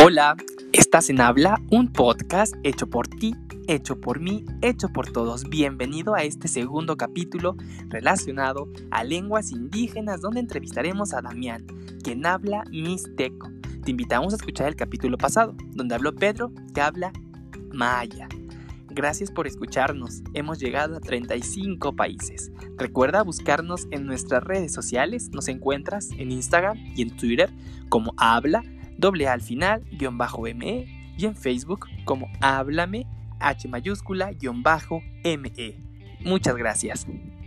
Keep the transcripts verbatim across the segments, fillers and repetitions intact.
Hola, estás en Habla, un podcast hecho por ti, hecho por mí, hecho por todos. Bienvenido a este segundo capítulo relacionado a lenguas indígenas, donde entrevistaremos a Damián, quien habla mixteco. Te invitamos a escuchar el capítulo pasado, donde habló Pedro, que habla maya. Gracias por escucharnos. Hemos llegado a treinta y cinco países. Recuerda buscarnos en nuestras redes sociales. Nos encuentras en Instagram y en Twitter como Habla, doble A al final, guión bajo M E, y en Facebook como Háblame, H mayúscula, guión bajo M E. Muchas gracias.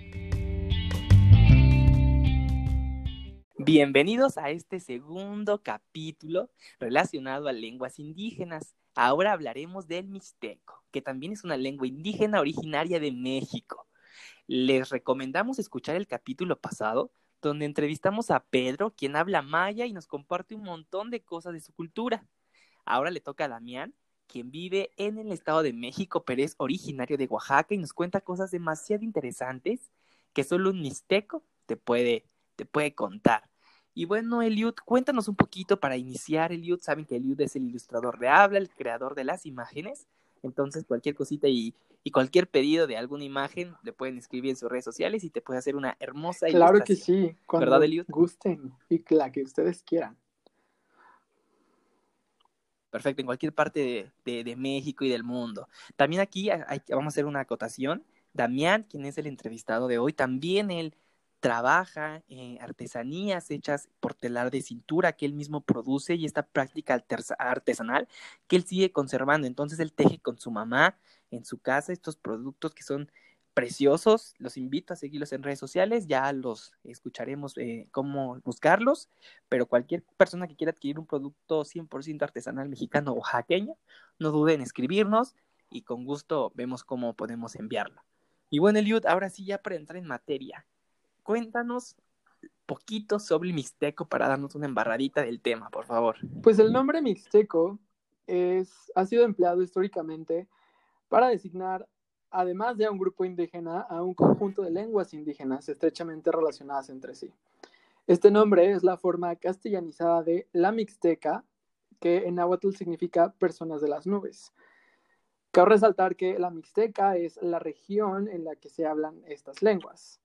Bienvenidos a este segundo capítulo relacionado a lenguas indígenas. Ahora hablaremos del mixteco, que también es una lengua indígena originaria de México. Les recomendamos escuchar el capítulo pasado, donde entrevistamos a Pedro, quien habla maya y nos comparte un montón de cosas de su cultura. Ahora le toca a Damián, quien vive en el Estado de México, pero es originario de Oaxaca y nos cuenta cosas demasiado interesantes que solo un mixteco te puede, te puede contar. Y bueno, Eliud, cuéntanos un poquito para iniciar. Eliud, saben que Eliud es el ilustrador de Habla, el creador de las imágenes. Entonces, cualquier cosita y, y cualquier pedido de alguna imagen le pueden escribir en sus redes sociales y te puede hacer una hermosa Claro ilustración. que sí, cuando ¿Verdad, Eliud? gusten y la que ustedes quieran. Perfecto, en cualquier parte de, de, de México y del mundo. También aquí hay, vamos a hacer una acotación. Damián, quien es el entrevistado de hoy, también él trabaja en artesanías hechas por telar de cintura que él mismo produce y esta práctica artesanal que él sigue conservando. Entonces él teje con su mamá en su casa estos productos que son preciosos. Los invito a seguirlos en redes sociales, ya los escucharemos eh, cómo buscarlos, pero cualquier persona que quiera adquirir un producto cien por ciento artesanal mexicano o oaxaqueño, no duden en escribirnos y con gusto vemos cómo podemos enviarlo. Y bueno, Eliud, ahora sí ya para entrar en materia, cuéntanos poquito sobre el mixteco para darnos una embarradita del tema, por favor. Pues el nombre mixteco es, ha sido empleado históricamente para designar, además de a un grupo indígena, a un conjunto de lenguas indígenas estrechamente relacionadas entre sí. Este nombre es la forma castellanizada de la mixteca, que en náhuatl significa personas de las nubes. Cabe resaltar que la mixteca es la región en la que se hablan estas lenguas,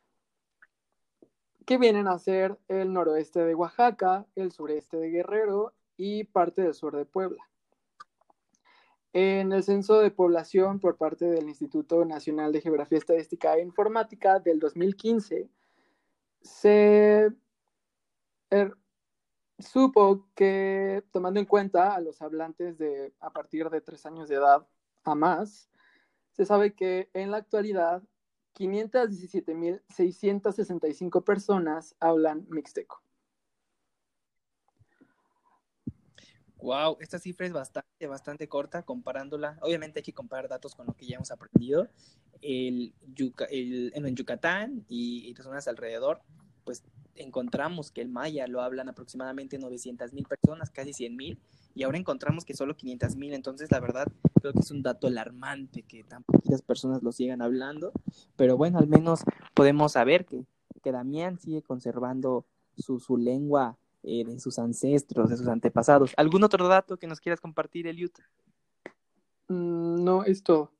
que vienen a ser el noroeste de Oaxaca, el sureste de Guerrero y parte del sur de Puebla. En el censo de población por parte del Instituto Nacional de Geografía, Estadística e Informática del dos mil quince, se er, supo que, tomando en cuenta a los hablantes de a partir de tres años de edad a más, se sabe que en la actualidad quinientas diecisiete mil seiscientas sesenta y cinco personas hablan mixteco. Wow, esta cifra es bastante, bastante corta comparándola. Obviamente hay que comparar datos con lo que ya hemos aprendido. El, Yuca, el, en Yucatán y, y las zonas alrededor, pues encontramos que el maya lo hablan aproximadamente novecientas mil personas, casi cien mil, y ahora encontramos que solo quinientas mil. Entonces, la verdad, creo que es un dato alarmante que tan poquitas personas lo sigan hablando. Pero bueno, al menos podemos saber que, que Damián sigue conservando su, su lengua Eh, de sus ancestros, de sus antepasados. ¿Algún otro dato que nos quieras compartir, Eliud? Mm, no, es todo.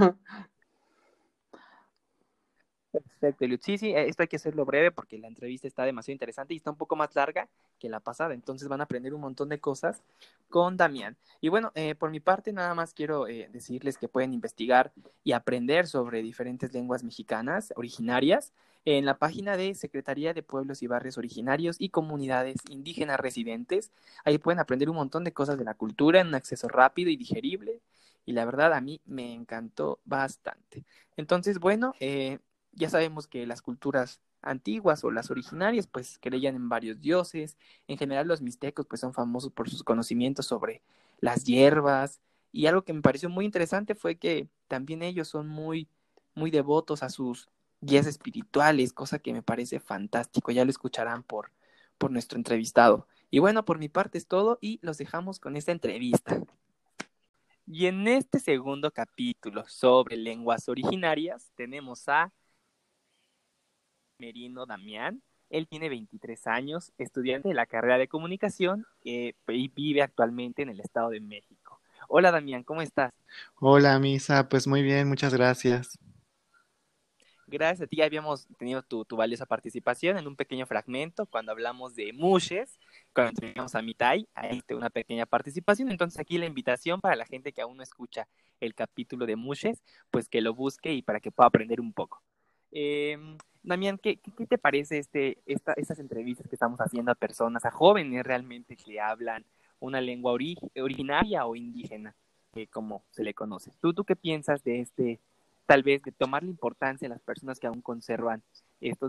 Perfecto, Eliud. Sí, sí, esto hay que hacerlo breve porque la entrevista está demasiado interesante y está un poco más larga que la pasada, entonces van a aprender un montón de cosas con Damián. Y bueno, eh, por mi parte nada más quiero eh, decirles que pueden investigar y aprender sobre diferentes lenguas mexicanas originarias en la página de Secretaría de Pueblos y Barrios Originarios y Comunidades Indígenas Residentes. Ahí pueden aprender un montón de cosas de la cultura en un acceso rápido y digerible. Y la verdad a mí me encantó bastante. Entonces, bueno, eh, ya sabemos que las culturas antiguas o las originarias pues creían en varios dioses. En general los mixtecos pues son famosos por sus conocimientos sobre las hierbas, y algo que me pareció muy interesante fue que también ellos son muy muy devotos a sus guías espirituales, cosa que me parece fantástico. Ya lo escucharán por por nuestro entrevistado. Y bueno, por mi parte es todo y los dejamos con esta entrevista. Y en este segundo capítulo sobre lenguas originarias tenemos a Merino Damián, Él tiene veintitrés años, estudiante de la carrera de comunicación eh, y vive actualmente en el Estado de México. Hola Damián, ¿cómo estás? Hola, Misa, pues muy bien, muchas gracias. Gracias a ti ya habíamos tenido tu, tu valiosa participación en un pequeño fragmento cuando hablamos de mushes, cuando entrevistamos a Mitai, ahí te una pequeña participación. Entonces aquí la invitación para la gente que aún no escucha el capítulo de mushes, pues que lo busque y para que pueda aprender un poco. Eh, Damián, ¿qué, qué, qué te parece este, esta, estas entrevistas que estamos haciendo a personas, a jóvenes realmente que hablan una lengua ori originaria o indígena, eh, como se le conoce? ¿Tú, ¿Tú qué piensas de este, tal vez, de tomar la importancia a las personas que aún conservan estos?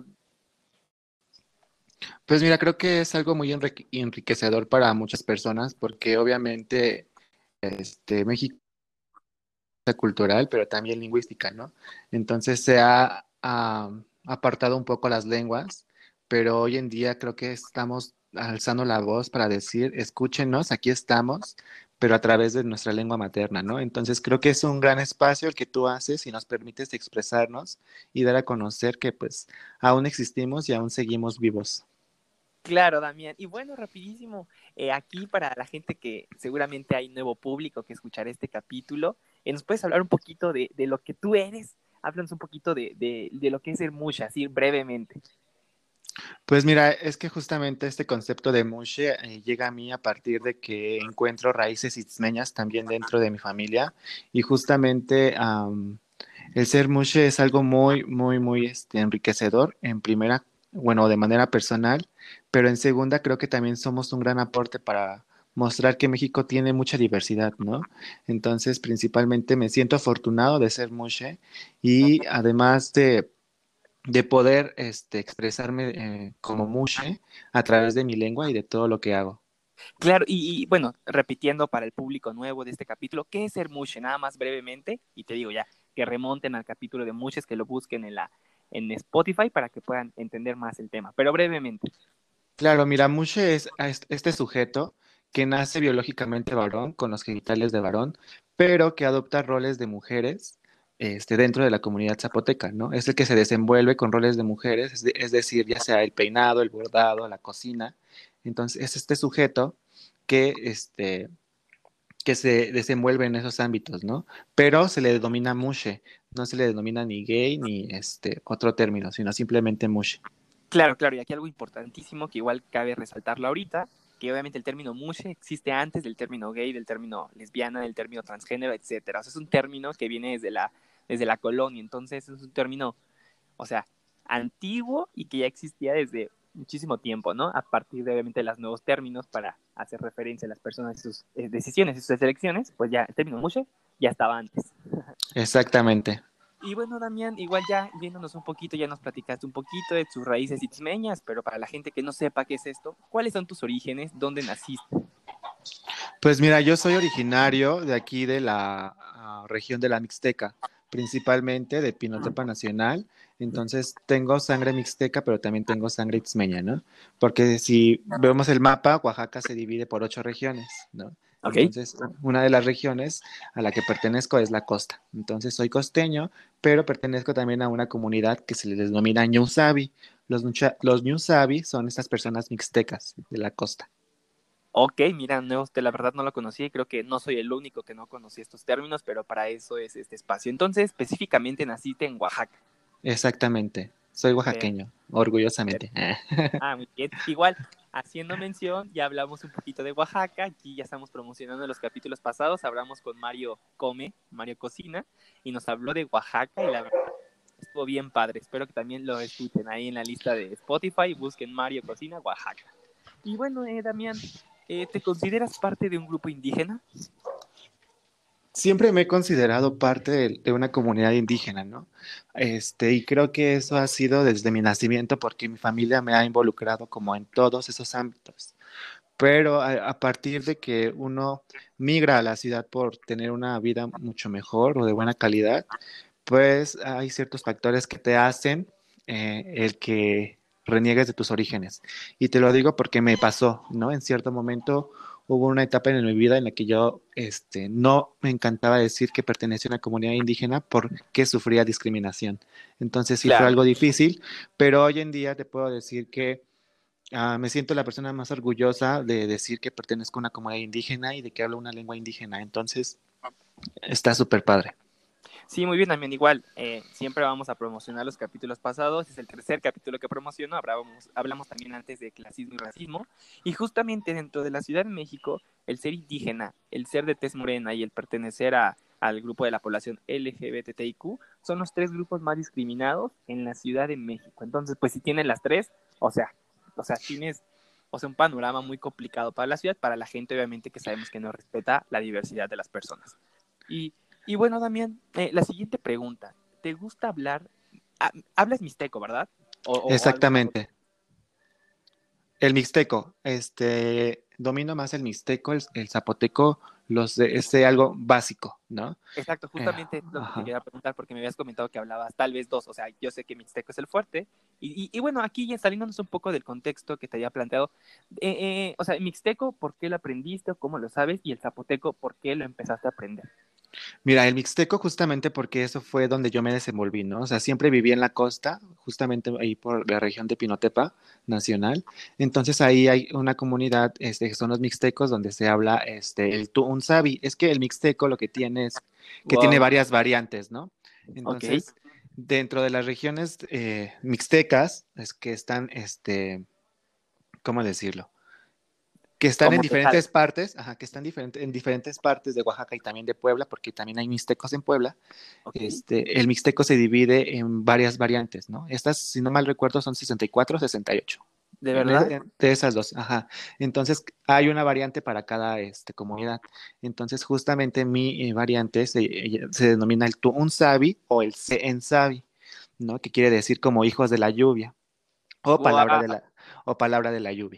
Pues mira, creo que es algo muy enrique- enriquecedor para muchas personas porque obviamente este, México es cultural, pero también lingüística, ¿no? Entonces se ha ah, apartado un poco las lenguas, pero hoy en día creo que estamos alzando la voz para decir, escúchenos, aquí estamos, pero a través de nuestra lengua materna, ¿no? Entonces creo que es un gran espacio el que tú haces y nos permites expresarnos y dar a conocer que pues aún existimos y aún seguimos vivos. Claro, Damián. Y bueno, rapidísimo, eh, aquí para la gente que seguramente hay nuevo público que escuchará este capítulo, eh, ¿nos puedes hablar un poquito de, de lo que tú eres? Háblanos un poquito de, de, de lo que es ser musha, así brevemente. Pues mira, es que justamente este concepto de mushe eh, llega a mí a partir de que encuentro raíces itzmeñas también dentro de mi familia y justamente am, el ser mushe es algo muy, muy, muy este, enriquecedor en primera, bueno, de manera personal, pero en segunda creo que también somos un gran aporte para mostrar que México tiene mucha diversidad, ¿no? Entonces, principalmente me siento afortunado de ser mushe y además de de poder este, expresarme eh, como mushe a través de mi lengua y de todo lo que hago. Claro, y, y, bueno, repitiendo para el público nuevo de este capítulo, ¿qué es ser mushe? Nada más brevemente, y te digo ya, que remonten al capítulo de mushes, que lo busquen en la en Spotify para que puedan entender más el tema, pero brevemente. Claro, mira, mushe es a est- este sujeto que nace biológicamente varón, con los genitales de varón, pero que adopta roles de mujeres este, dentro de la comunidad zapoteca, ¿no? Es el que se desenvuelve con roles de mujeres, es, de- es decir, ya sea el peinado, el bordado, la cocina. Entonces, es este sujeto que este, que se desenvuelve en esos ámbitos, ¿no? Pero se le denomina mushe, no se le denomina ni gay ni este otro término, sino simplemente mushe. Claro, claro, y aquí algo importantísimo que igual cabe resaltarlo ahorita, que obviamente el término mushe existe antes del término gay, del término lesbiana, del término transgénero, etcétera. O sea, es un término que viene desde la, desde la colonia, entonces es un término, o sea, antiguo y que ya existía desde muchísimo tiempo, ¿no? A partir de obviamente de los nuevos términos para hacer referencia a las personas y sus eh, decisiones y sus elecciones, pues ya el término mushe ya estaba antes. Exactamente. Y bueno, Damián, igual ya viéndonos un poquito, ya nos platicaste un poquito de tus raíces itzmeñas, pero para la gente que no sepa qué es esto, ¿cuáles son tus orígenes? ¿Dónde naciste? Pues mira, yo soy originario de aquí de la ah, región de la Mixteca, principalmente de Pinotepa Nacional. Entonces tengo sangre mixteca, pero también tengo sangre itzmeña, ¿no? Porque si vemos el mapa, Oaxaca se divide por ocho regiones, ¿no? ¿Ok? Entonces, una de las regiones a la que pertenezco es la costa. Entonces, soy costeño, pero pertenezco también a una comunidad que se les denomina Ñusabi. Los, Ñucha- los Ñusabi son estas personas mixtecas de la costa. Ok, mira, no, usted la verdad no lo conocí, creo que no soy el único que no conocía estos términos, pero para eso es este espacio. Entonces, específicamente naciste en Oaxaca. Exactamente. Soy Per- oaxaqueño, per- orgullosamente. ah, muy bien. Igual, haciendo mención, ya hablamos un poquito de Oaxaca, aquí ya estamos promocionando los capítulos pasados, hablamos con Mario Come, Mario Cocina, y nos habló de Oaxaca y la verdad estuvo bien padre. Espero que también lo escuchen ahí en la lista de Spotify, busquen Mario Cocina, Oaxaca. Y bueno, eh, Damián, eh, ¿te consideras parte de un grupo indígena? Siempre me he considerado parte de, de una comunidad indígena, ¿no? Este, y creo que eso ha sido desde mi nacimiento porque mi familia me ha involucrado como en todos esos ámbitos. Pero a, a partir de que uno migra a la ciudad por tener una vida mucho mejor o de buena calidad, pues hay ciertos factores que te hacen eh, el que reniegues de tus orígenes. Y te lo digo porque me pasó, ¿no? En cierto momento hubo una etapa en mi vida en la que yo este, no me encantaba decir que pertenecía a una comunidad indígena porque sufría discriminación. Entonces sí fue Claro. algo difícil, pero hoy en día te puedo decir que uh, me siento la persona más orgullosa de decir que pertenezco a una comunidad indígena y de que hablo una lengua indígena. Entonces está súper padre. Sí, muy bien, también igual. Eh, siempre vamos a promocionar los capítulos pasados. Es el tercer capítulo que promociono. Hablamos, hablamos también antes de clasismo y racismo. Y justamente dentro de la Ciudad de México, el ser indígena, el ser de tez morena y el pertenecer a, al grupo de la población L G B T I Q son los tres grupos más discriminados en la Ciudad de México. Entonces, pues si tienes las tres, o sea, o sea, tienes o sea, un panorama muy complicado para la ciudad, para la gente obviamente que sabemos que no respeta la diversidad de las personas. Y Y bueno, Damián, eh, la siguiente pregunta. ¿Te gusta hablar? Ah, hablas mixteco, ¿verdad? O, o, o alguna otra. Exactamente. El mixteco, este, domino más el mixteco, el, el zapoteco, los de, este algo básico, ¿no? Exacto, Eh, justamente es lo que te ajá. quería preguntar porque me habías comentado que hablabas tal vez dos, o sea, yo sé que mixteco es el fuerte. Y, y, y bueno, aquí ya saliéndonos un poco del contexto que te había planteado, eh, eh, o sea, mixteco, ¿por qué lo aprendiste o cómo lo sabes? Y el zapoteco, ¿por qué lo empezaste a aprender? Mira, el mixteco justamente porque eso fue donde yo me desenvolví, ¿no? O sea, siempre viví en la costa, justamente ahí por la región de Pinotepa Nacional. Entonces ahí hay una comunidad, este, que son los mixtecos, donde se habla este, el tuunzabi. Es que el mixteco lo que tiene es que tiene Wow, varias variantes, ¿no? ok. Entonces, dentro de las regiones eh, mixtecas, es que están, este, ¿cómo decirlo? Que están en Como que tal. diferentes partes, ajá, que están diferente, en diferentes partes de Oaxaca y también de Puebla, porque también hay mixtecos en Puebla. Ok. Este, el mixteco se divide en varias variantes, ¿no? Estas, si no mal recuerdo, son sesenta y cuatro o sesenta y ocho. ¿De En verdad? ese- de esas dos, ajá. Entonces, hay una variante para cada este, comunidad. Entonces, justamente mi eh, variante se, ella- se denomina el Tuunzabi o el Seenzabi, ¿no? Que quiere decir como hijos de la lluvia o palabra de Wow. la, o palabra de la lluvia.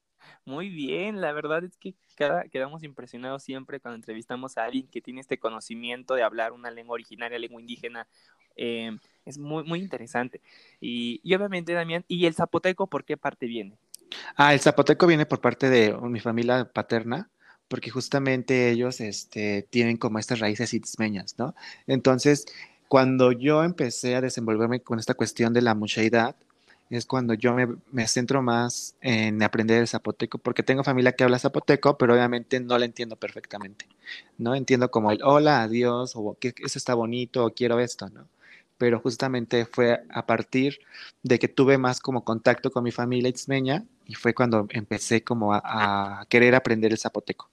Muy bien, la verdad es que cada, quedamos impresionados siempre cuando entrevistamos a alguien que tiene este conocimiento de hablar una lengua originaria, lengua indígena. Eh, es muy, muy interesante. Y, y obviamente, Damián, ¿y el zapoteco por qué parte viene? Ah, el zapoteco viene por parte de mi familia paterna, porque justamente ellos este, tienen como estas raíces itzmeñas, ¿no? Entonces, cuando yo empecé a desenvolverme con esta cuestión de la mucheidad, es cuando yo me, me centro más en aprender el zapoteco, porque tengo familia que habla zapoteco, pero obviamente no la entiendo perfectamente, ¿no? Entiendo como el hola, adiós, o que eso está bonito, o quiero esto, ¿no? Pero justamente fue a partir de que tuve más como contacto con mi familia itzmeña y fue cuando empecé como a, a querer aprender el zapoteco.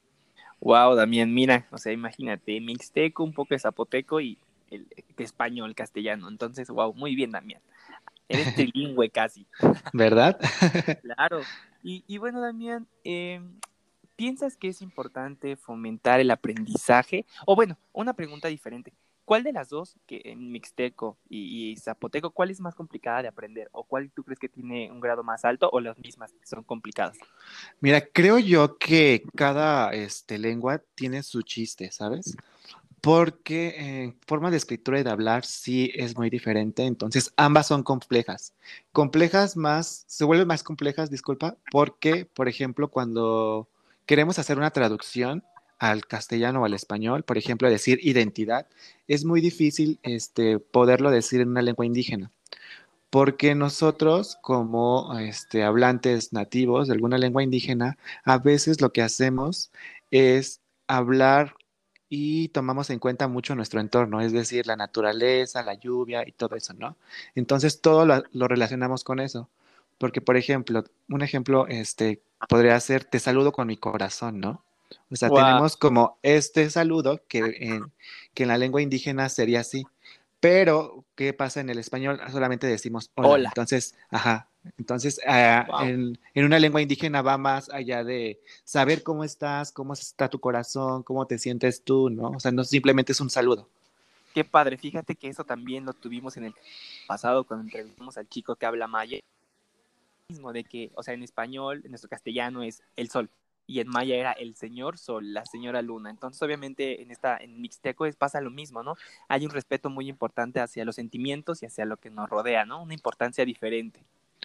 Wow, Damián, mira, o sea, imagínate, mixteco, un poco de zapoteco y el, el español, castellano. Entonces, wow, muy bien, Damián. Eres trilingüe casi. ¿Verdad? Claro. Y, y bueno, Damián, eh, ¿piensas que es importante fomentar el aprendizaje? O bueno, una pregunta diferente. ¿Cuál de las dos, que en mixteco y, y zapoteco, cuál es más complicada de aprender? ¿O cuál tú crees que tiene un grado más alto o las mismas que son complicadas? Mira, creo yo que cada este, lengua tiene su chiste, ¿sabes? Porque en forma de escritura y de hablar sí es muy diferente, entonces ambas son complejas. Complejas más, se vuelven más complejas, disculpa, porque, por ejemplo, cuando queremos hacer una traducción al castellano o al español, por ejemplo, decir identidad, es muy difícil este, poderlo decir en una lengua indígena, porque nosotros como este, hablantes nativos de alguna lengua indígena, a veces lo que hacemos es hablar y tomamos en cuenta mucho nuestro entorno, es decir, la naturaleza, la lluvia y todo eso, ¿no? Entonces todo lo, lo relacionamos con eso, porque por ejemplo, un ejemplo este, podría ser te saludo con mi corazón, ¿no? O sea, Wow, tenemos como este saludo que en, que en la lengua indígena sería así. Pero, ¿qué pasa en el español? Solamente decimos hola. hola. Entonces, ajá. Entonces, ah, Wow. en, en una lengua indígena va más allá de saber cómo estás, cómo está tu corazón, cómo te sientes tú, ¿no? O sea, no simplemente es un saludo. Qué padre, fíjate que eso también lo tuvimos en el pasado cuando entrevistamos al chico que habla maya, mismo de que, o sea, en español, en nuestro castellano es el sol y en maya era el señor sol, la señora luna. Entonces, obviamente en esta en mixteco es, pasa lo mismo, ¿no? Hay un respeto muy importante hacia los sentimientos y hacia lo que nos rodea, ¿no? Una importancia diferente.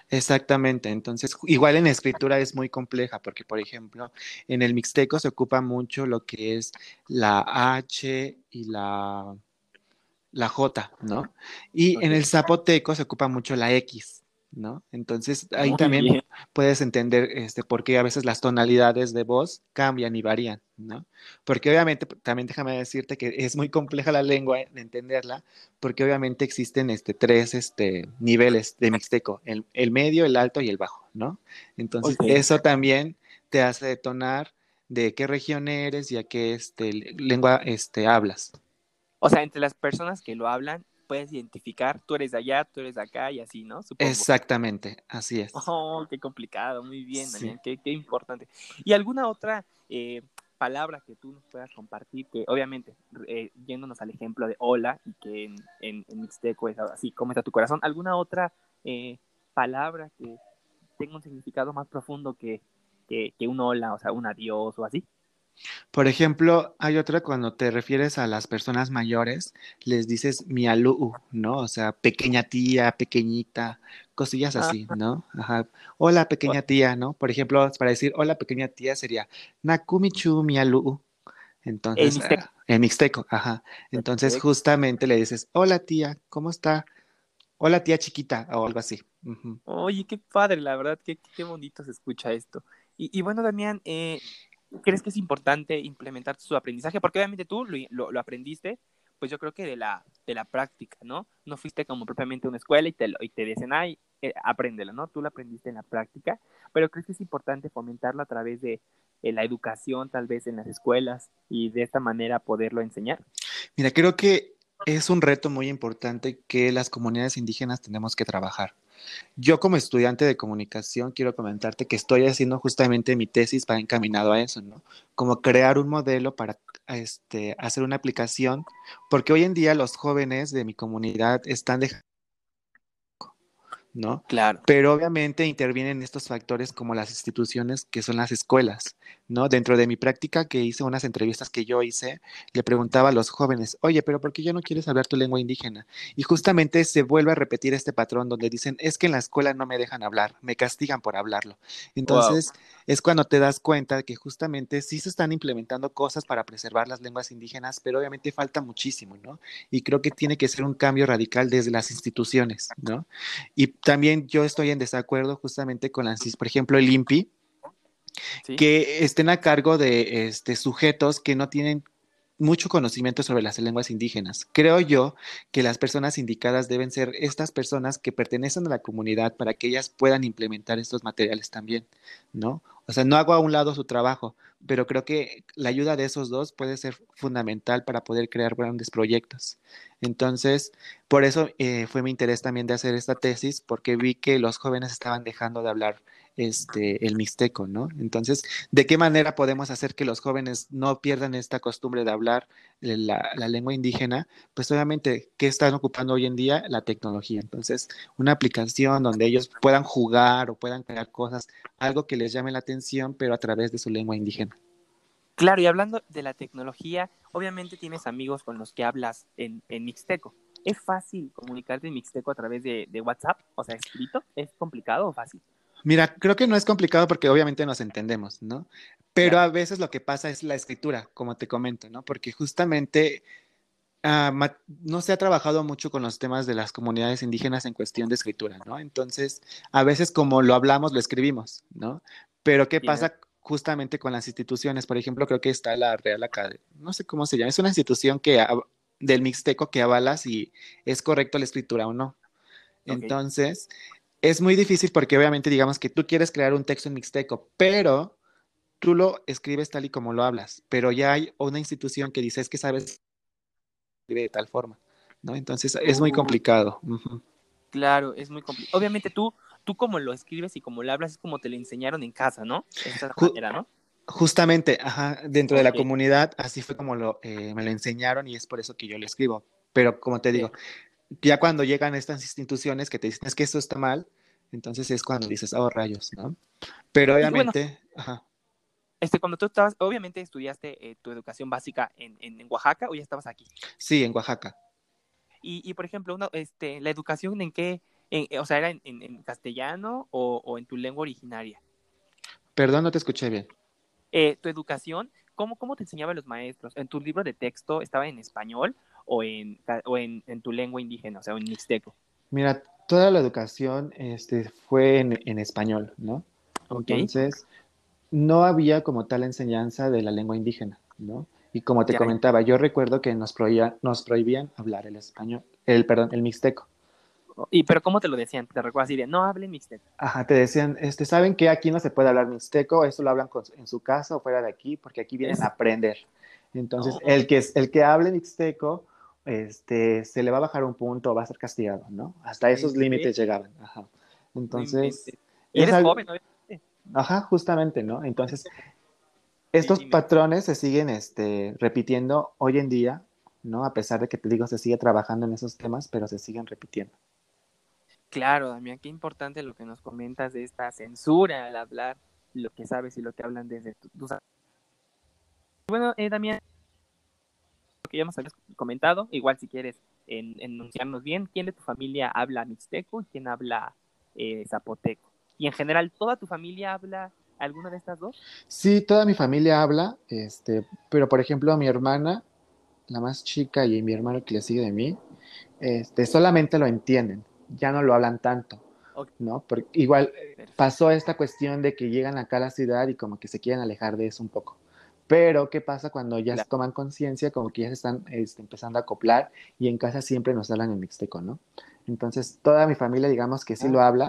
Exactamente, entonces igual en escritura es muy compleja porque, por ejemplo, en el mixteco se ocupa mucho lo que es la H y la, la J, ¿no? Y en Ok. el zapoteco se ocupa mucho la X, ¿no? Entonces ahí Muy también bien. puedes entender este, por qué a veces las tonalidades de voz cambian y varían, ¿no? Porque obviamente, también déjame decirte que es muy compleja la lengua de entenderla, porque obviamente existen este, tres este, niveles de mixteco, el, el medio, el alto y el bajo, ¿no? Entonces Ok. eso también te hace detonar de qué región eres y a qué este, lengua este, hablas. O sea, entre las personas que lo hablan, puedes identificar, tú eres de allá, tú eres de acá y así, ¿no? Supongo. Exactamente, así es. Oh, qué complicado, muy bien, Sí. Daniel, qué, qué importante. ¿Y alguna otra eh, palabra que tú nos puedas compartir? Que obviamente, eh, yéndonos al ejemplo de hola, y que en, en, en mixteco es así, ¿cómo está tu corazón? ¿Alguna otra eh, palabra que tenga un significado más profundo que, que, que un hola, o sea, un adiós o así? Por ejemplo, hay otra cuando te refieres a las personas mayores, les dices mialú, ¿no? O sea, pequeña tía, pequeñita, cosillas Ah, así, ¿no? Ajá. Hola, pequeña tía, ¿no? Por ejemplo, para decir hola, pequeña tía sería nakumichu mialú. en Entonces, mixteco. ah, en mixteco, ajá. Entonces, Perfecto. justamente le dices, hola tía, ¿cómo está? Hola tía chiquita, o algo así. Ujú. Oye, qué padre, la verdad, qué, qué bonito se escucha esto. Y, y bueno, Damián, eh, ¿crees que es importante implementar su aprendizaje? Porque obviamente tú lo, lo, lo aprendiste, pues yo creo que de la, de la práctica, ¿no? No fuiste como propiamente a una escuela y te, lo- y te dicen, ay, eh, apréndelo, ¿no? Tú lo aprendiste en la práctica, pero ¿crees que es importante fomentarlo a través de, de la educación, tal vez en las escuelas, y de esta manera poderlo enseñar? Mira, creo que es un reto muy importante que las comunidades indígenas tenemos que trabajar. Yo como estudiante de comunicación quiero comentarte que estoy haciendo justamente mi tesis para encaminado a eso, ¿no? Como crear un modelo para este, hacer una aplicación, porque hoy en día los jóvenes de mi comunidad están dejando, ¿no? Claro. Pero obviamente intervienen estos factores como las instituciones que son las escuelas, ¿no? Dentro de mi práctica que hice unas entrevistas que yo hice, le preguntaba a los jóvenes, oye, pero ¿por qué ya no quieres hablar tu lengua indígena? Y justamente se vuelve a repetir este patrón donde dicen, es que en la escuela no me dejan hablar, me castigan por hablarlo. Wow. Entonces, es cuando te das cuenta que justamente sí se están implementando cosas para preservar las lenguas indígenas, pero obviamente falta muchísimo, ¿no? Y creo que tiene que ser un cambio radical desde las instituciones, ¿no? Y también yo estoy en desacuerdo justamente con las, por ejemplo, el INPI, Sí. que estén a cargo de este, sujetos que no tienen mucho conocimiento sobre las lenguas indígenas. Creo yo que las personas indicadas deben ser estas personas que pertenecen a la comunidad para que ellas puedan implementar estos materiales también, ¿no? O sea, no hago a un lado su trabajo, pero creo que la ayuda de esos dos puede ser fundamental para poder crear grandes proyectos. Entonces, por eso eh, fue mi interés también de hacer esta tesis, porque vi que los jóvenes estaban dejando de hablar este, el mixteco, ¿no? Entonces, ¿de qué manera podemos hacer que los jóvenes no pierdan esta costumbre de hablar la, la lengua indígena? Pues obviamente, ¿qué están ocupando hoy en día? La tecnología. Entonces, una aplicación donde ellos puedan jugar o puedan crear cosas, algo que les llame la atención, pero a través de su lengua indígena. Claro, y hablando de la tecnología, obviamente tienes amigos con los que hablas en, en mixteco. ¿Es fácil comunicarte en mixteco a través de, de WhatsApp? O sea, escrito. ¿Es complicado o fácil? Mira, creo que no es complicado porque obviamente nos entendemos, ¿no? Pero Claro, a veces lo que pasa es la escritura, como te comento, ¿no? Porque justamente ah, ma- no se ha trabajado mucho con los temas de las comunidades indígenas en cuestión de escritura, ¿no? Entonces, a veces como lo hablamos, lo escribimos, ¿no? Pero ¿qué tiene. pasa justamente con las instituciones? Por ejemplo, creo que está la Real Academia, no sé cómo se llama, es una institución que av- del mixteco que avala si es correcto la escritura o no. Ok. Entonces, es muy difícil porque obviamente digamos que tú quieres crear un texto en mixteco, pero tú lo escribes tal y como lo hablas, pero ya hay una institución que dice es que sabes escribir de tal forma, ¿no? Entonces es muy Uh, complicado. Ujú. claro, es muy complicado. Obviamente tú, tú como lo escribes y como lo hablas es como te lo enseñaron en casa, ¿no? Esta es la Ju- manera, ¿no? Justamente, ajá, dentro de la Ok. comunidad, así fue como lo, eh, me lo enseñaron y es por eso que yo lo escribo. Pero como te Sí. digo, ya cuando llegan estas instituciones que te dicen es que esto está mal, entonces es cuando dices, oh, rayos, ¿no? Pero Y bueno, obviamente, ajá, este, cuando tú estabas, obviamente estudiaste eh, tu educación básica en, en, en Oaxaca o ya estabas aquí. sí, en Oaxaca. Y, y por ejemplo, una, este, la educación en qué, En- o sea, ¿era en, en- en castellano o, o en tu lengua originaria? Perdón, no te escuché bien. Eh, ¿tu educación, cómo, cómo te enseñaban los maestros? ¿En tu libro de texto estaba en español o en, ca- o en, en tu lengua indígena, o sea, en mixteco? Mira, toda la educación este, fue en, en español, ¿no? Ok, Entonces, no había como tal enseñanza de la lengua indígena, ¿no? Y como te ya. comentaba, yo recuerdo que nos prohibían, nos prohibían hablar el español, el, perdón, el mixteco. Y, pero ¿cómo te lo decían? Te recuerdo así de, no hablen mixteco. Ajá, te decían, este, ¿saben que aquí no se puede hablar mixteco? Eso lo hablan con- en su casa o fuera de aquí, porque aquí vienen a Es, aprender. Entonces, no, el que, es- el que hable mixteco, este, se le va a bajar un punto o va a ser castigado, ¿no? Hasta ¿en esos serio? límites llegaban. Ajá. No Entonces, inventes. Y es eres algo, joven, obviamente. ajá, justamente, ¿no? Entonces, Sí, estos dime. patrones se siguen, este, repitiendo hoy en día, ¿no? A pesar de que te digo, se sigue trabajando en esos temas, pero se siguen repitiendo. Claro, Damián, qué importante lo que nos comentas de esta censura al hablar lo que sabes y lo que hablan desde tu- tus... Bueno, eh, Damián, lo que ya nos habías comentado, igual si quieres en, enunciarnos bien, ¿quién de tu familia habla mixteco y quién habla eh, zapoteco? Y en general, ¿toda tu familia habla alguna de estas dos? Sí, toda mi familia habla, este, pero por ejemplo, mi hermana, la más chica, y mi hermano que le sigue de mí, este, solamente lo entienden, ya no lo hablan tanto, Ok, ¿no? Porque igual eh, perfecto. pasó esta cuestión de que llegan acá a la ciudad y como que se quieren alejar de eso un poco. Pero, ¿qué pasa cuando ya Claro. toman conciencia? Como que ya se están este, empezando a acoplar y en casa siempre nos hablan en mixteco, ¿no? Entonces, toda mi familia, digamos que sí Ah, lo habla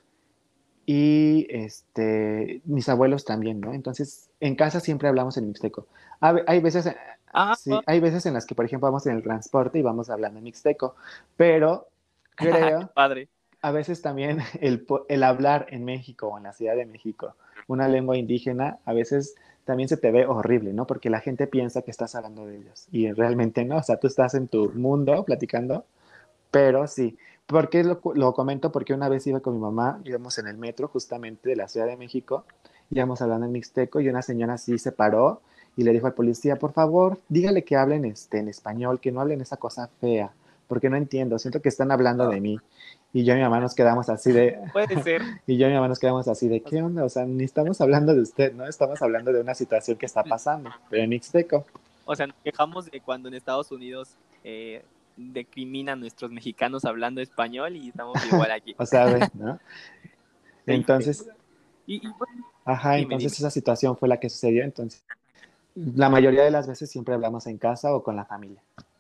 y este, mis abuelos también, ¿no? Entonces, en casa siempre hablamos en mixteco. Hay, hay veces, eh, ah, sí, hay veces en las que, por ejemplo, vamos en el transporte y vamos hablando en mixteco, pero qué creo, padre. a veces también el, po- el hablar en México o en la Ciudad de México una lengua indígena, a veces también se te ve horrible, ¿no? Porque la gente piensa que estás hablando de ellos y realmente no, o sea, tú estás en tu mundo platicando, pero sí. ¿Por qué lo, lo comento? Porque una vez iba con mi mamá, íbamos en el metro justamente de la Ciudad de México, íbamos hablando en mixteco y una señora así se paró y le dijo al policía, por favor, dígale que hablen este, en español, que no hablen esa cosa fea, porque no entiendo, siento que están hablando de Ah, mí. Y yo y mi mamá nos quedamos así de, puede ser. y yo y mi mamá nos quedamos así de, O ¿qué onda? O sea, ni estamos hablando de usted, ¿no? Estamos hablando de una situación que está pasando, pero en mixteco, O sea, nos quejamos de cuando en Estados Unidos eh, decriminan a nuestros mexicanos hablando español y estamos igual aquí. o sea, ve, ¿no? Triste. Entonces, Y, y bueno, ajá, dime, entonces dime. esa situación fue la que sucedió, entonces la mayoría de las veces siempre hablamos en casa o con la familia.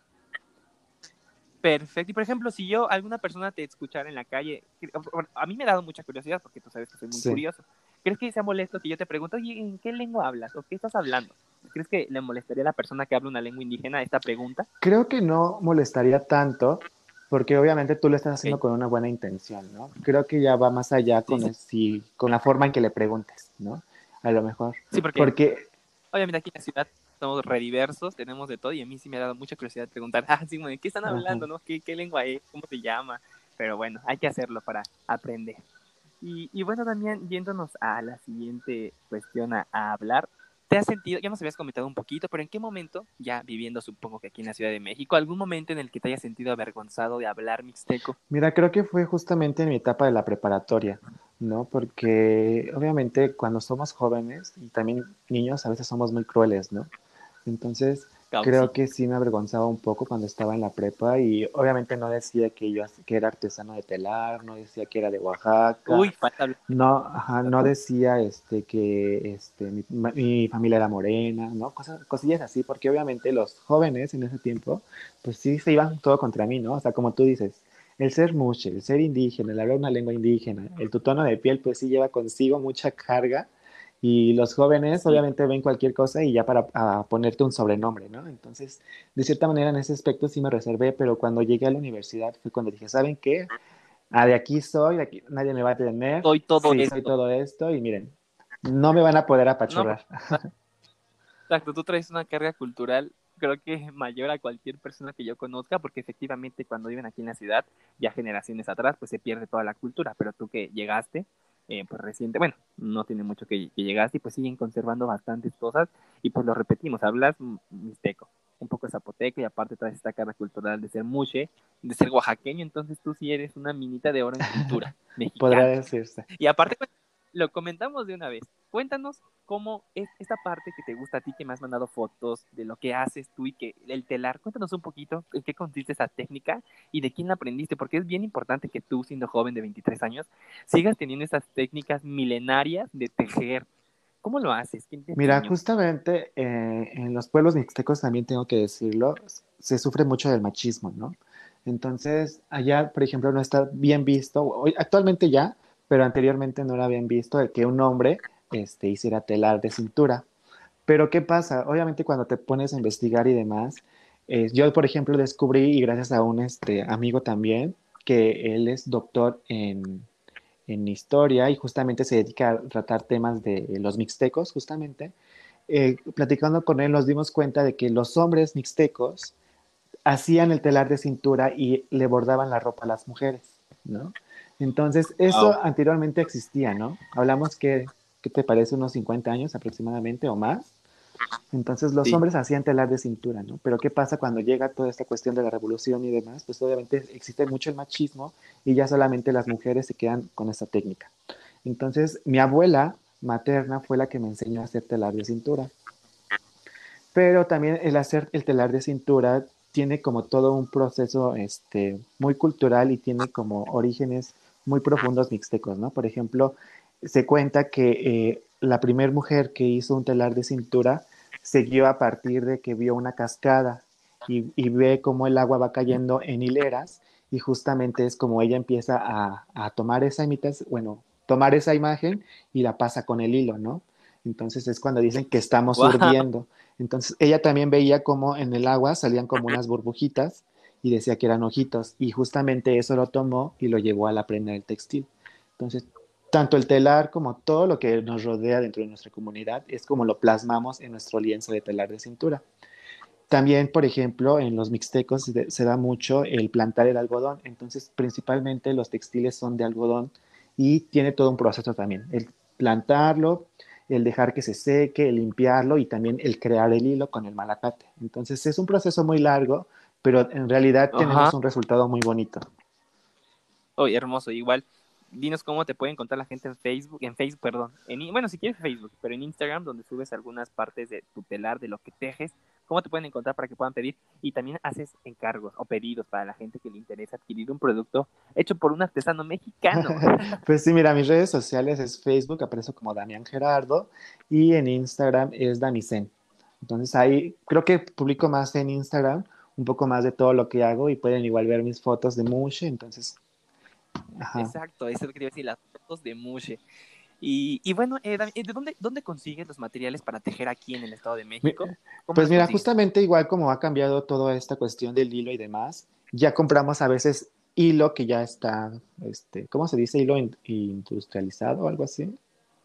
Perfecto. Y por ejemplo, si yo, alguna persona te escuchara en la calle, que- bueno, a mí me ha dado mucha curiosidad porque tú sabes que soy muy Sí. curioso. ¿Crees que sea molesto que yo te pregunte, oye, ¿en qué lengua hablas? ¿O qué estás hablando? ¿Crees que le molestaría a la persona que habla una lengua indígena esta pregunta? Creo que no molestaría tanto porque obviamente tú lo estás Ok. haciendo con una buena intención, ¿no? Creo que ya va más allá Sí, con, sí. el- si, con la forma en que le preguntes, ¿no? A lo mejor. Sí, porque Porque, obviamente aquí en la ciudad somos rediversos, tenemos de todo y a mí sí me ha dado mucha curiosidad preguntar, ah, sí, ¿de qué están ajá. hablando, no? ¿Qué, qué lengua es? ¿Cómo se llama? Pero bueno, hay que hacerlo para aprender. Y, y bueno, también yéndonos a la siguiente cuestión a, a hablar, ¿te has sentido, ya nos habías comentado un poquito, pero en qué momento, ya viviendo supongo que aquí en la Ciudad de México, algún momento en el que te hayas sentido avergonzado de hablar mixteco? Mira, creo que fue justamente en mi etapa de la preparatoria, ¿no? Porque obviamente cuando somos jóvenes y también niños a veces somos muy crueles, ¿no? Entonces, Claro, creo sí. que sí me avergonzaba un poco cuando estaba en la prepa y obviamente no decía que yo que era artesano de telar, no decía que era de Uy, Oaxaca, falta hablar. no, ajá, no decía este que este mi, ma- mi familia era morena, ¿no? Cosas, cosillas así, porque obviamente los jóvenes en ese tiempo, pues sí se iban todo contra mí, ¿no? O sea, como tú dices, el ser muxe, el ser indígena, el hablar una lengua indígena, el tu tono de piel, pues sí lleva consigo mucha carga y los jóvenes Sí. obviamente ven cualquier cosa y ya para a ponerte un sobrenombre, ¿no? Entonces, de cierta manera en ese aspecto sí me reservé, pero cuando llegué a la universidad fue cuando dije, ¿saben qué? Ah, de aquí soy, de aquí nadie me va a tener, Soy todo sí, soy esto. todo esto y miren, no me van a poder No, porque apachurrar. exacto, tú traes una carga cultural, creo que mayor a cualquier persona que yo conozca, porque efectivamente cuando viven aquí en la ciudad, ya generaciones atrás, pues se pierde toda la cultura, pero tú que llegaste, eh, pues reciente, bueno, no tiene mucho que, que llegaste y pues siguen conservando bastantes cosas y pues lo repetimos, hablas m- mixteco. un poco zapoteco y aparte traes esta cara cultural de ser mushe, de ser oaxaqueño, entonces tú sí eres una minita de oro en cultura Podrá mexicana. decirse. Y aparte, pues, lo comentamos de una vez. Cuéntanos cómo es esta parte que te gusta a ti, que me has mandado fotos de lo que haces tú y que el telar. Cuéntanos un poquito en qué consiste esa técnica y de quién la aprendiste, porque es bien importante que tú, siendo joven de veintitrés años, sigas teniendo esas técnicas milenarias de tejer. ¿Cómo lo haces? ¿Quién te Mira, enseñó? justamente eh, en los pueblos mixtecos también tengo que decirlo, se sufre mucho del machismo, ¿no? Entonces, allá, por ejemplo, no está bien visto, hoy, actualmente ya, pero anteriormente no era bien visto el que un hombre este, hiciera telar de cintura. Pero ¿qué pasa? Obviamente cuando te pones a investigar y demás, eh, yo, por ejemplo, descubrí, y gracias a un este, amigo también, que él es doctor en en historia y justamente se dedica a tratar temas de los mixtecos, justamente. Eh, platicando con él nos dimos cuenta de que los hombres mixtecos hacían el telar de cintura y le bordaban la ropa a las mujeres, ¿no? Entonces, Wow. eso anteriormente existía, ¿no? Hablamos que, ¿qué te parece? Unos cincuenta años aproximadamente o más. Entonces los Sí. hombres hacían telar de cintura, ¿no? Pero ¿qué pasa cuando llega toda esta cuestión de la revolución y demás? Pues obviamente existe mucho el machismo y ya solamente las mujeres se quedan con esta técnica. Entonces mi abuela materna fue la que me enseñó a hacer telar de cintura. Pero también el hacer el telar de cintura tiene como todo un proceso este, muy cultural y tiene como orígenes muy profundos mixtecos, ¿no? Por ejemplo, se cuenta que eh, la primera mujer que hizo un telar de cintura se dio a partir de que vio una cascada y, y ve cómo el agua va cayendo en hileras y justamente es como ella empieza a, a tomar esa imitación, bueno, tomar esa imagen y la pasa con el hilo, ¿no? Entonces es cuando dicen que estamos Wow. urdiendo. Entonces ella también veía como en el agua salían como unas burbujitas y decía que eran ojitos y justamente eso lo tomó y lo llevó a la prenda del textil. Entonces, tanto el telar como todo lo que nos rodea dentro de nuestra comunidad es como lo plasmamos en nuestro lienzo de telar de cintura. También, por ejemplo, en los mixtecos se, se da mucho el plantar el algodón, entonces principalmente los textiles son de algodón y tiene todo un proceso también, el plantarlo, el dejar que se seque, el limpiarlo y también el crear el hilo con el malacate. Entonces es un proceso muy largo, pero en realidad Ajá. tenemos un resultado muy bonito. Oh, hermoso. Igual, dinos cómo te puede encontrar la gente en Facebook, en Facebook, perdón. En, bueno, si quieres Facebook, pero en Instagram, donde subes algunas partes de tu telar, de lo que tejes, cómo te pueden encontrar para que puedan pedir. Y también haces encargos o pedidos para la gente que le interesa adquirir un producto hecho por un artesano mexicano. Pues sí, mira, mis redes sociales es Facebook, aparezco como Damián Gerardo y en Instagram es Damicen. Entonces ahí creo que publico más en Instagram, un poco más de todo lo que hago y pueden igual ver mis fotos de Mushe, entonces, ajá. Exacto, eso es lo que te iba a decir, las fotos de Mushe. Y, y bueno, eh, Dani, ¿de dónde, dónde consigues los materiales para tejer aquí en el Estado de Mi- México? ¿Cómo Pues los mira, consigues? justamente igual como ha cambiado toda esta cuestión del hilo y demás, ya compramos a veces hilo que ya está, este, ¿cómo se dice? Hilo in- industrializado o algo así.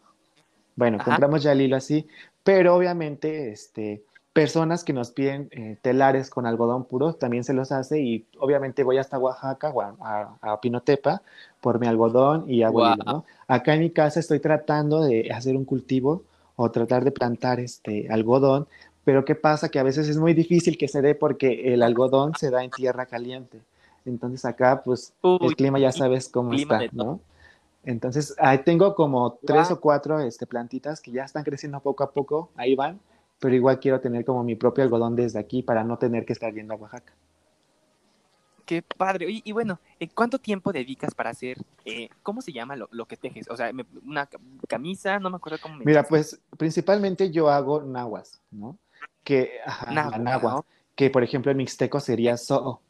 Bueno, Ajá. compramos ya el hilo así, pero obviamente, este, personas que nos piden eh, telares con algodón puro, también se los hace y obviamente voy hasta Oaxaca o a, a, a Pinotepa por mi algodón y hago el Wow. hilo, ¿no? Acá en mi casa estoy tratando de hacer un cultivo o tratar de plantar este algodón, pero ¿qué pasa? Que a veces es muy difícil que se dé porque el algodón se da en tierra caliente. Entonces acá, pues, el Uy, clima ya y sabes cómo clima está, de todo. ¿no? Entonces, ahí tengo como tres Wow, o cuatro este, plantitas que ya están creciendo poco a poco, ahí van, pero igual quiero tener como mi propio algodón desde aquí para no tener que estar yendo a Oaxaca. qué padre. Oye, y bueno, eh, ¿cuánto tiempo dedicas para hacer, eh, ¿cómo se llama lo, lo que tejes? O sea, me- una ca- camisa, no me acuerdo cómo me Mira, dijiste. pues principalmente yo hago nahuas, ¿no? Que, ajá, la Nahua, nahua, ¿no? que por ejemplo en mixteco sería so'o.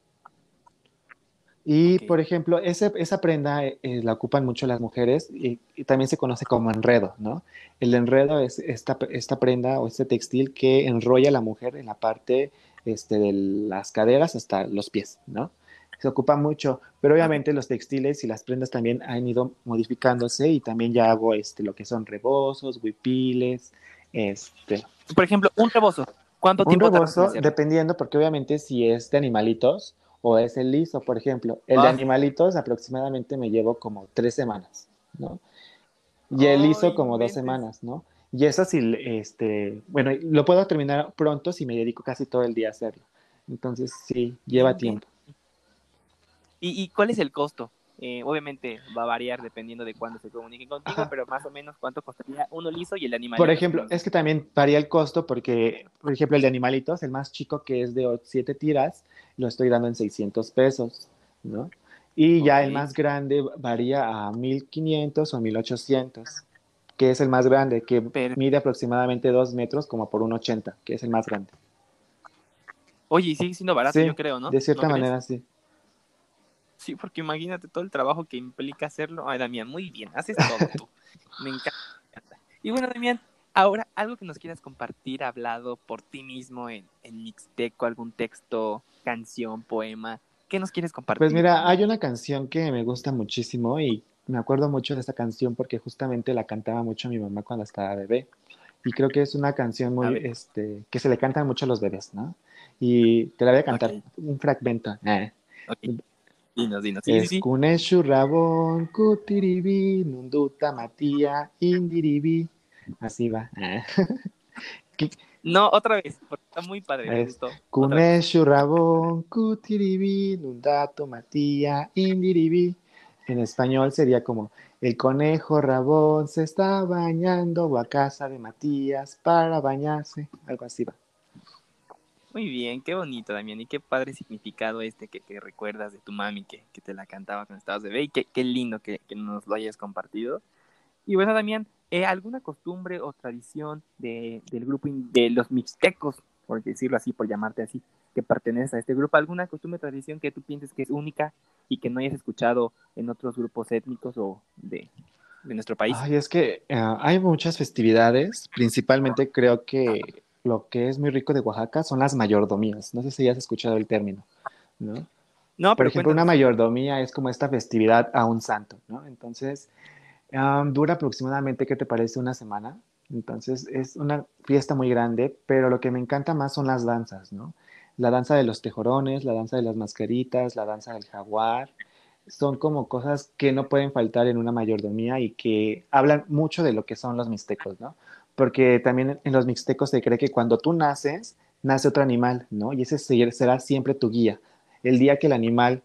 Y, Ok. por ejemplo, ese, esa prenda eh, eh, la ocupan mucho las mujeres y, y también se conoce como enredo, ¿no? El enredo es esta, esta prenda o este textil que enrolla a la mujer en la parte este, de las caderas hasta los pies, ¿no? Se ocupa mucho, pero Ok. obviamente los textiles y las prendas también han ido modificándose y también ya hago este, lo que son rebozos, huipiles, este, Por ejemplo, un rebozo. ¿Cuánto un tiempo tardas en rebozo, hacerlo? dependiendo, porque obviamente si es de animalitos o es el liso, por ejemplo, el de Ah, animalitos aproximadamente me llevo como tres semanas, ¿no? Y el liso ay, como dos inventes. semanas, ¿no? Y eso sí, este, bueno, lo puedo terminar pronto si me dedico casi todo el día a hacerlo. Entonces, sí, No lleva inventes. tiempo. ¿Y, y cuál es el costo? Eh, obviamente va a variar dependiendo de cuándo se comuniquen contigo, Ajá. pero más o menos cuánto costaría uno liso y el Por animalito, ejemplo, según es dices. que también varía el costo porque, por ejemplo, el de animalitos, el más chico que es de siete tiras, lo estoy dando en seiscientos pesos, ¿no? Y ya Ok. el más grande varía a mil quinientos o mil ochocientos, que es el más grande, que Pero, mide aproximadamente dos metros como por un ochenta, que es el más grande. oye, y sigue siendo barato, yo Sí, creo, ¿no? de ¿No cierta crees? manera sí. Sí, porque imagínate todo el trabajo que implica hacerlo. Ay, Damián, muy bien, haces todo tú. Me encanta. Me encanta. Y bueno, Damián, ahora algo que nos quieras compartir hablado por ti mismo en, en Mixteco, algún texto, canción, poema. ¿Qué nos quieres Pues compartir? mira, hay una canción que me gusta muchísimo y me acuerdo mucho de esta canción porque justamente la cantaba mucho mi mamá cuando estaba bebé. Y creo que es una canción A muy, ver, este, que se le cantan mucho a los bebés, ¿no? Y te la voy a ok, cantar un fragmento. Eh. ok. Dinos, dinos. Sí, sí, Es sí. Kuneshu Rabon, Kutiribi, Nunduta Matía, Indiribi. Así va. Eh. No, otra vez, porque está muy padre, me Es gustó. Otra vez. Kuneshu Rabon, Kutiribi, Nundato Matía, Indiribi. En español sería como el conejo Rabón se está bañando o a casa de Matías para bañarse. Algo así va. Muy bien, qué bonito, Damián, y qué padre significado este que, que recuerdas de tu mami que, que te la cantaba cuando estabas bebé, y qué, qué lindo que, que nos lo hayas compartido. Y bueno, Damián, eh, ¿alguna costumbre o tradición de, del grupo in- de los mixtecos, por decirlo así, por llamarte así, que perteneces a este grupo, alguna costumbre o tradición que tú pienses que es única y que no hayas escuchado en otros grupos étnicos o de, de nuestro país? Ay, es que uh, hay muchas festividades, principalmente creo que lo que es muy rico de Oaxaca son las mayordomías. No sé si has escuchado el término, ¿no? No, Por pero ejemplo, una cuéntanos. mayordomía es como esta festividad a un santo, ¿no? Entonces, um, dura aproximadamente, ¿qué te parece? Una semana. Entonces, es una fiesta muy grande, pero lo que me encanta más son las danzas, ¿no? La danza de los tejorones, la danza de las mascaritas, la danza del jaguar, son como cosas que no pueden faltar en una mayordomía y que hablan mucho de lo que son los mixtecos, ¿no? Porque también en los mixtecos se cree que cuando tú naces, nace otro animal, ¿no? Y ese será siempre tu guía. El día que el animal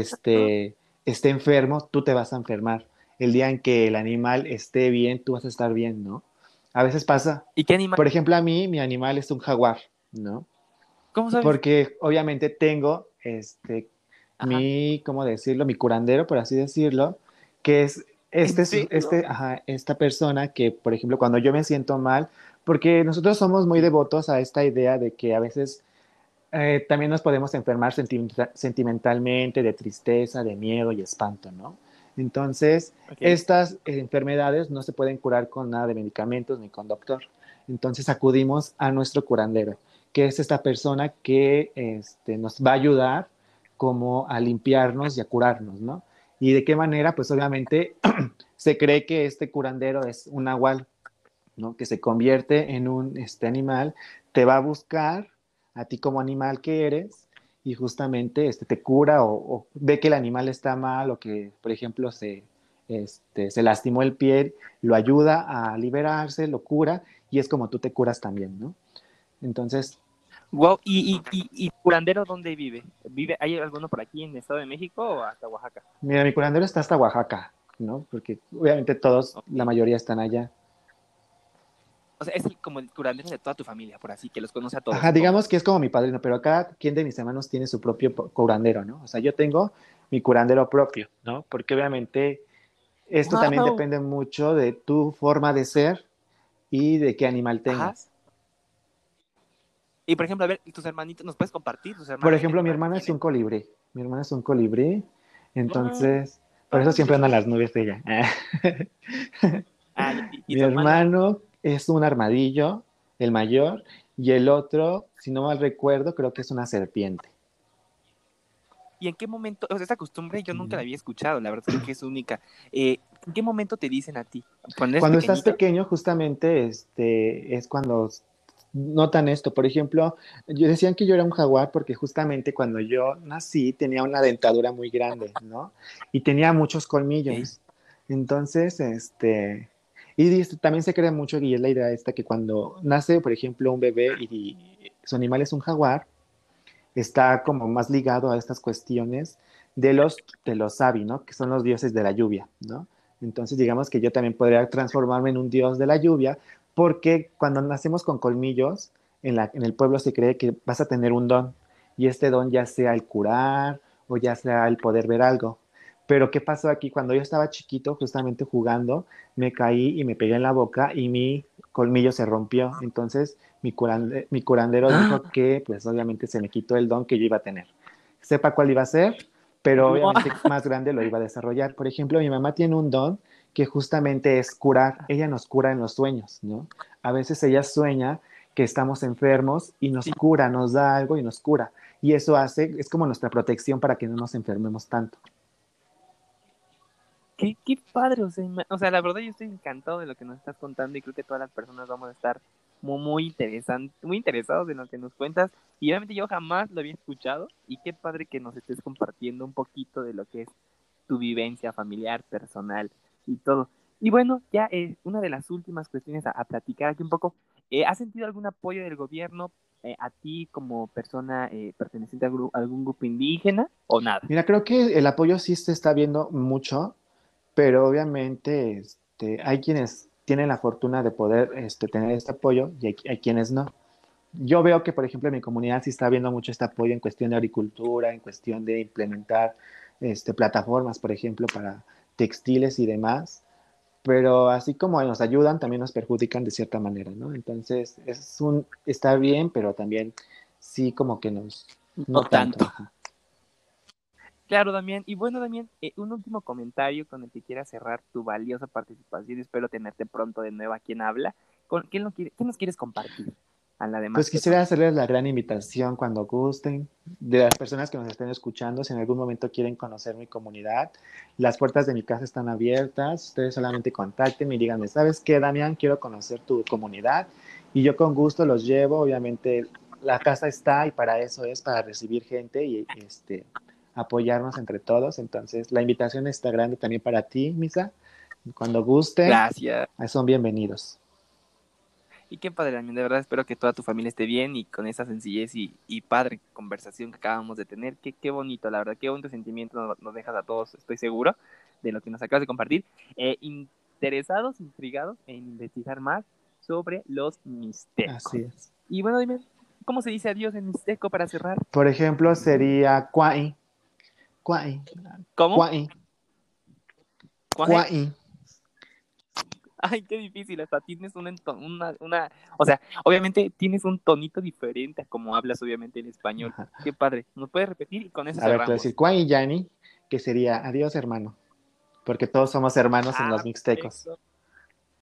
este, esté enfermo, tú te vas a enfermar. El día en que el animal esté bien, tú vas a estar bien, ¿no? A veces pasa. ¿Y qué animal? Por ejemplo, a mí, mi animal es un jaguar, ¿no? ¿Cómo sabes? Porque obviamente tengo este, Ajá. mi, ¿cómo decirlo? Mi curandero, por así decirlo, que es ¿En este, serio? este, ajá, esta persona que, por ejemplo, cuando yo me siento mal, porque nosotros somos muy Sí. devotos a esta idea de que a veces eh, también nos podemos enfermar sentimenta- sentimentalmente, de tristeza, de miedo y espanto, ¿no? Entonces, Ok. estas enfermedades no se pueden curar con nada de medicamentos ni con doctor. Entonces acudimos a nuestro curandero, que es esta persona que este, nos va a ayudar como a limpiarnos y a curarnos, ¿no? ¿Y de qué manera? Pues obviamente se cree que este curandero es un nahual, ¿no? Que se convierte en un este, animal, te va a buscar a ti como animal que eres y justamente este, te cura o, o ve que el animal está mal o que, por ejemplo, se, este, se lastimó el pie, lo ayuda a liberarse, lo cura y es como tú te curas también, ¿no? Entonces, Wow, ¿y, y, y, y curandero dónde vive? ¿Vive? ¿Hay alguno por aquí en el Estado de México o hasta Oaxaca? mira, mi curandero está hasta Oaxaca, ¿no? Porque obviamente todos, la Ok. mayoría están allá. O sea, es el- como el curandero de toda tu familia, por así, que los conoce a todos, Ajá, supongo. digamos que es como mi padrino, pero cada quien de mis hermanos tiene su propio po- curandero, ¿no? O sea, yo tengo mi curandero propio, ¿no? Porque obviamente esto también ¡Wow! depende mucho de tu forma de ser y de qué animal Ajá. tengas. Y por ejemplo, a ver, tus hermanitos, ¿nos puedes compartir? ¿Tus Por hermanos qué ejemplo, mi animales hermana es un tienen? colibrí. Mi hermana es un colibrí, ¡Wow! entonces, por eso siempre anda en ¡Padre! las nubes de ella. Ah, ya, ¿y, y Mi tu hermano? hermano es un armadillo, el mayor, y el otro, si no mal recuerdo, creo que es una serpiente. ¿Y en qué momento? O sea, esta costumbre yo nunca la había escuchado, la verdad es que es única. Eh, ¿En qué momento te dicen a ti? ¿Cuando eres Cuando estás pequeñito? pequeño, justamente, este, es cuando notan esto. Por ejemplo, yo decían que yo era un jaguar porque justamente cuando yo nací tenía una dentadura muy grande, ¿no? Y tenía muchos Ok. colmillos. Entonces, este, Y dice- también se cree mucho, y es la idea esta, que cuando nace, por ejemplo, un bebé y, y su animal es un jaguar, está como más ligado a estas cuestiones de los, de los Sabi, ¿no? Que son los dioses de la lluvia, ¿no? Entonces, digamos que yo también podría transformarme en un dios de la lluvia, porque cuando nacemos con colmillos, en, la, en el pueblo se cree que vas a tener un don, y este don ya sea el curar o ya sea el poder ver algo. Pero ¿qué pasó aquí? Cuando yo estaba chiquito, justamente jugando, me caí y me pegué en la boca y mi colmillo se rompió. Entonces, mi, curande, mi curandero dijo que, pues obviamente se me quitó el don que yo iba a tener. Sepa cuál iba a ser, pero No. obviamente más grande lo iba a desarrollar. Por ejemplo, mi mamá tiene un don que justamente es curar. Ella nos cura en los sueños, ¿no? A veces ella sueña que estamos enfermos y nos Sí, cura, nos da algo y nos cura. Y eso hace, es como nuestra protección para que no nos enfermemos tanto. qué, qué padre, o sea, ima- o sea, la verdad yo estoy encantado de lo que nos estás contando y creo que todas las personas vamos a estar muy, muy interesan- muy interesados en lo que nos cuentas y obviamente yo jamás lo había escuchado y qué padre que nos estés compartiendo un poquito de lo que es tu vivencia familiar, personal y todo. Y bueno, ya eh, una de las últimas cuestiones a, a platicar aquí un poco, eh, ¿has sentido algún apoyo del gobierno eh, a ti como persona eh, perteneciente a, gru- a algún grupo indígena o nada? Mira, creo que el apoyo sí se está viendo mucho, pero obviamente este, hay quienes tienen la fortuna de poder este, tener este apoyo y hay, hay quienes no. Yo veo que, por ejemplo, en mi comunidad sí está habiendo mucho este apoyo en cuestión de agricultura, en cuestión de implementar este, plataformas, por ejemplo, para textiles y demás, pero así como nos ayudan, también nos perjudican de cierta manera, ¿no? Entonces, es un, está bien, pero también sí como que nos, No no tanto, tanto. ajá. Claro, Damián. Y bueno, Damián, eh, un último comentario con el que quieras cerrar tu valiosa participación. Espero tenerte pronto de nuevo aquí en Habla. ¿Con, qué, no quiere- qué nos quieres compartir a las demás Pues quisiera personas? hacerles la gran invitación cuando gusten, de las personas que nos estén escuchando, si en algún momento quieren conocer mi comunidad, las puertas de mi casa están abiertas, ustedes solamente contacten y díganme, ¿sabes qué, Damián? Quiero conocer tu comunidad y yo con gusto los llevo, obviamente la casa está y para eso es, para recibir gente y este, apoyarnos entre todos, entonces la invitación está grande también para ti, Misa, cuando gusten, Gracias. son bienvenidos. Y qué padre, Damián. De verdad espero que toda tu familia esté bien y con esa sencillez y, y padre conversación que acabamos de tener. Qué, qué bonito, la verdad. Qué bonito sentimiento nos, nos dejas a todos, estoy seguro, de lo que nos acabas de compartir. Eh, interesados, intrigados en investigar más sobre los Así mixtecos. es. Y bueno, dime, ¿cómo se dice adiós en mixteco para cerrar? Por ejemplo, sería Kwai, Kwai, ¿Cómo? Kwai, ¿Cuál? Kwai. Ay, qué difícil, hasta tienes una, una, una, o sea, obviamente tienes un tonito diferente a como hablas obviamente en español. Ajá. Qué padre. ¿Nos puedes repetir? Y con eso A ver, te voy a decir cerramos. Kwai y Yani, que sería adiós, hermano, porque todos somos hermanos en Ah, los mixtecos. perfecto.